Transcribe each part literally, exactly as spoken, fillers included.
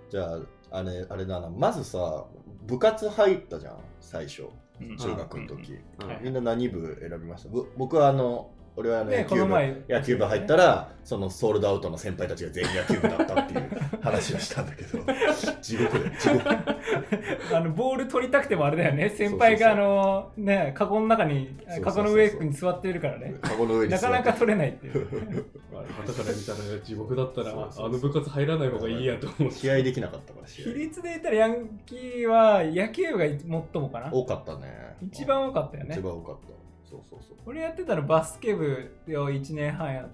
じゃああれあれだな、まずさ部活入ったじゃん最初、中学の時、みんな何部選びました？僕はあの俺はあの野球部、ね、野球部入ったらそのソールドアウトの先輩たちが全員野球部だったっていう話をしたんだけど地獄で地獄あのボール取りたくてもあれだよね、先輩があのねカゴの中にカゴの上に座っているからね、カゴの上になかなか取れないっていう旗から見たら地獄だったらあの部活入らない方がいいやと思う。 試合できなかったから。 比率で言ったらヤンキーは野球部が最もかな、 多かったね、 一番多かったよね。 一番多かった。そうそうそう。 俺やってたのバスケ部をいちねんはんやって、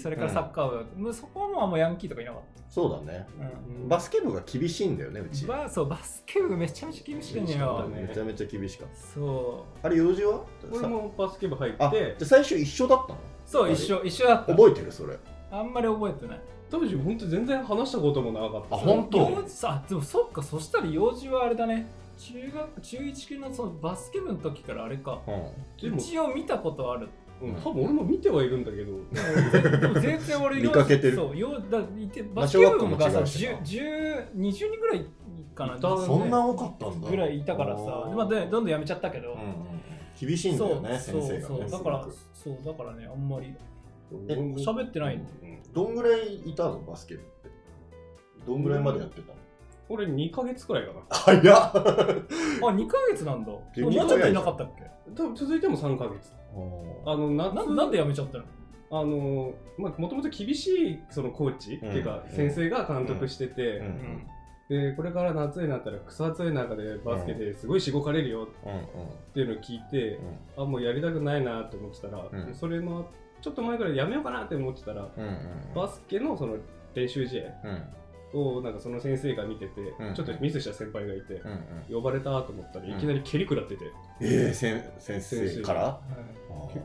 それからサッカー部、うん、そこはもうあんまヤンキーとかいなかった。 そうだね、うん、バスケ部が厳しいんだよね、うち。 バそうバスケ部めちゃめちゃ厳しいんだよ、 ね、めちゃめちゃ厳しかった。 そう。 あれ用事は？ 俺もバスケ部入って。 あ、じゃあ最初一緒だったの？ そう、一緒一緒だった。 覚えてるそれ？ あんまり覚えてない。 当時本当全然話したこともなかった。 あ、本当？ あ、でもそっか、そしたら用事はあれだね。中学中いちのそのバスケ部の時からあれか、うん、一応見たことある。 うん、多分俺も見てはいるんだけど、 でも全然俺見かけてる。 そう、よだいてバスケ部がさ、じゅう、にじゅうにんぐらいかな。 そんな多かったんだ。 ぐらいいたからさ、まあでどんどんやめちゃったけど、うん、 厳しいんだよね、先生がね。 そうだからそうだからね、あんまり喋ってない。 どんぐらいいたのバスケ部って？どんぐらいまでやってたの？ 俺にかげつくらいかな。 早っあ、にかげつなんだ。もうちょっといなかったっけ？ 多分続いてもさんかげつ。あの夏 な, なんで辞めちゃったの？ あのまあもともと厳しいそのコーチ、うん、っていうか先生が監督してて、うんうん、でこれから夏になったら草暑い中でバスケですごいしごかれるよっていうのを聞いて、うん、あもうやりたくないなと思ってたら、うん、それのちょっと前からやめようかなって思ってたら、うんうん、バスケのその練習試合、うんをなんかその先生が見てて、うん、ちょっとミスした先輩がいて、うんうん、呼ばれたと思ったらいきなり蹴り食らってて、 うん、えー、先生から、はい、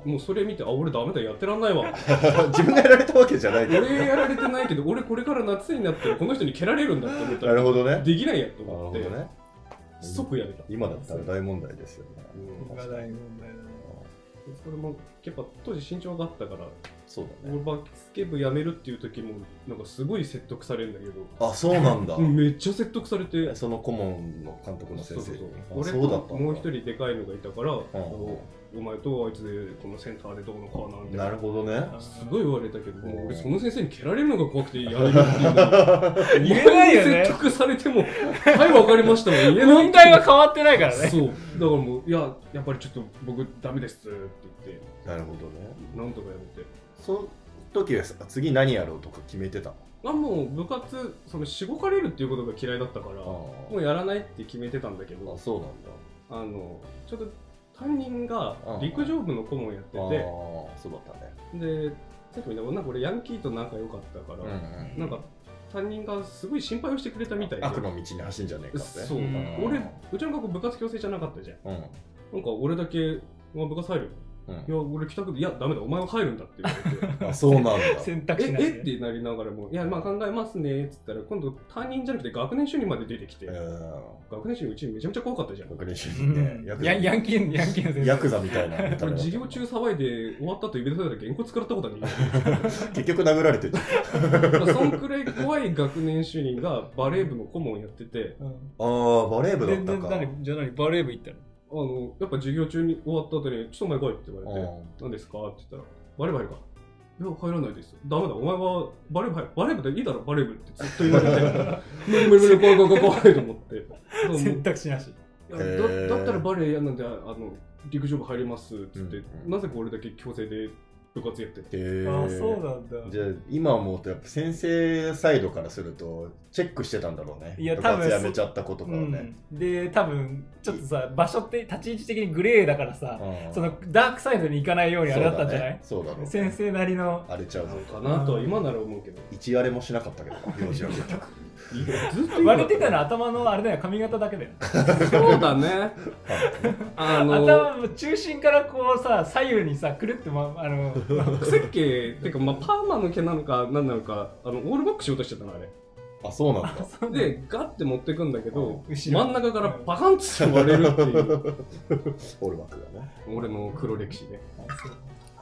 もうそれ見てあ俺ダメだやってらんないわ自分がやられたわけじゃないけど俺やられてないけど俺これから夏になったらこの人に蹴られるんだって思ったらなるほど、ね、 できないやと思って、 ね、 即やめた。 今だったら大問題ですよね。 うん、大問題だね。 それもやっぱ当時身長があったからそうだね、 俺バスケ部辞めるっていう時もなんかすごい説得されるんだけど。 あ、そうなんだめっちゃ説得されて、 その顧問の監督の先生に。 そうそうそう俺ともう一人でかいのがいたから、うん、お前とあいつでこのセンターでどうのかなんて。 なるほどね。 すごい言われたけど、もう俺その先生に蹴られるのが怖くてやめるっていう言えないよね。 説得されてもはいわかりましたもん言えない。 問題は変わってないからね。 そうだからもういややっぱりちょっと僕ダメですって言って。 なるほどね。 なんとかやめて。 その時は次何やろうとか決めてたの？ あもう部活そのしごかれるっていうことが嫌いだったからもうやらないって決めてたんだけど。 あ、そうなんだ。 あのちょっと担任が陸上部の顧問やってて、ああそうだったね。でさっきも言ったなんか俺ヤンキーと仲良かったから、うんうん、なんか担任がすごい心配をしてくれたみたいで。 悪の道に走んじゃねえかって。 そう、うん、俺うちの学校部活強制じゃなかったじゃん、うん、なんか俺だけ部活入る、うん、いや俺帰宅でいやダメだお前は入るんだって言われてあそうなんだ選択肢ない、 ね、ええってなりながらもいやまあ考えますねっつったら今度担任じゃなくて学年主任まで出てきて、えー、学年主任うちめちゃめちゃ怖かったじゃん。 学年主任ね、 うん、ヤ, ヤンキーヤンキーの先生ヤクザみたいな授業中騒いで終わった後指出されたら原稿使ったことはない結局殴られてるそんくらい怖い学年主任がバレー部の顧問やってて、うん、 ああバレー部だったか。 じゃあ何バレー部行ったの？ あのやっぱ授業中に終わった後にちょっと前来いって言われて何ですかって言ったらバレー部入るかいや入らないです。ダメだお前はバレー部入るバレー部でいいだろバレー部ってずっと言われて無理無理無理怖い怖い怖いと思って選択肢なしだ, だったらバレー嫌なんであの陸上部入りますっつって、うんうん、なぜか俺だけ強制で部活やってて、 ああそうなんだ。 じゃあ今思うとやっぱ先生サイドからするとチェックしてたんだろうね。 いや部活やめちゃったことからね、 うん、で多分ちょっとさ場所って立ち位置的にグレーだからさ、うん、そのダークサイドに行かないようにあれだったんじゃない？ そうだね。 先生なりの荒れちゃうぞかなとは今なら思うけど一割れもしなかったけど幼児は結局割れてたのは頭のあれだよ髪型だけだよそうだねあの頭の中心からこうさ左右にさくるって、ま、あの癖っ毛っていうか、まあ、パーマの毛なのか何なのかあのオールバックしようとしてたのあれ。 あそうなんだ。 でガッて持ってくんだけど真ん中からパカンって割れるっていうオールバックだね。 俺の黒歴史で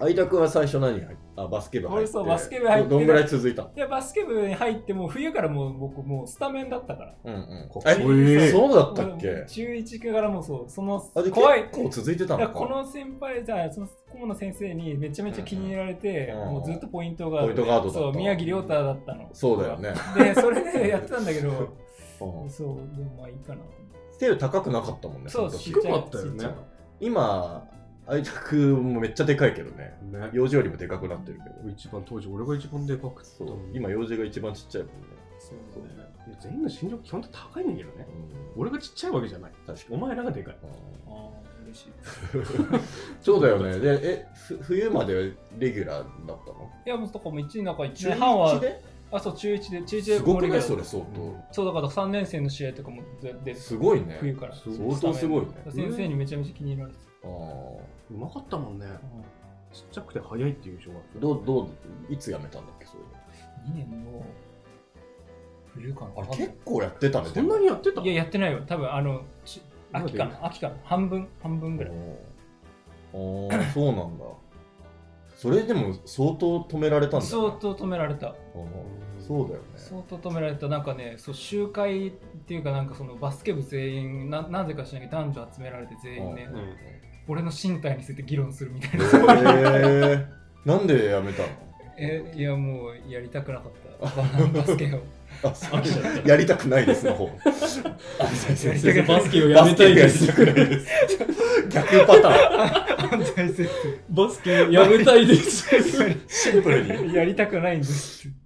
相田君は最初何入っあバスケ部入ってそうバスケ部入ってどんぐらい続いたの？ いやバスケ部に入ってもう冬からもう僕もうスタメンだったから。 うんうん。え、そうだったっけ？ 中いちからもそうその怖い結構続いてたのか。 この先輩じゃあその顧問の先生にめちゃめちゃ気に入られて、うんうん、もうずっとポイントガード。 ポイントガードだった。 そう宮城亮太だったの。 そうだよね。 でそれでやってたんだけど、うん、そうでもまあいいかな。 ステール高くなかったもんね。 そう低かったよね。 今相田君もめっちゃでかいけどね。ね幼児よりもでかくなってるけど。 一番当時俺が一番でかくて。 そう今幼児が一番ちっちゃいもんね。 そうね。いや全員の身長基本高いんだけどね、うん。俺がちっちゃいわけじゃない。確かに。お前らがでかい。ああ嬉しい。 そうだよね。でえ冬までレギュラーだったの？ いやもうとかもいちねんかいちねんはんは。あ、そう、中いちで、中いちで。 すごくないそれ、相当。 そう、だからさんねん生の試合とかも出て。 すごいね。 冬から。 相当すごいね。 先生にめちゃめちゃ気に入られてた。ああ、うまかったもんね。ちっちゃくて速いっていう印象が。 どう、どう、いつ辞めたんだっけ、それ。 にねんの冬かな。 あ、結構やってたね。 そんなにやってた？ いや、やってないよ。多分、あの、秋かな。秋かな。半分、半分ぐらい。 ああ、そうなんだ。それでも相当止められたんだ、ね、 相当止められた。 そうだよね。 相当止められた。なんかね、そう集会っていうかなんかそのバスケ部全員 な, なぜかしなきゃ男女集められて全員ね、うん、俺の身体について議論するみたいな。 えー、なんでやめたの？ えいやもうやりたくなかったバスケを。 あやりたくないですの方。 先生バスケをやめたいです。 逆パターン。 バスケをやめたいです。 シンプルにやりたくないんです。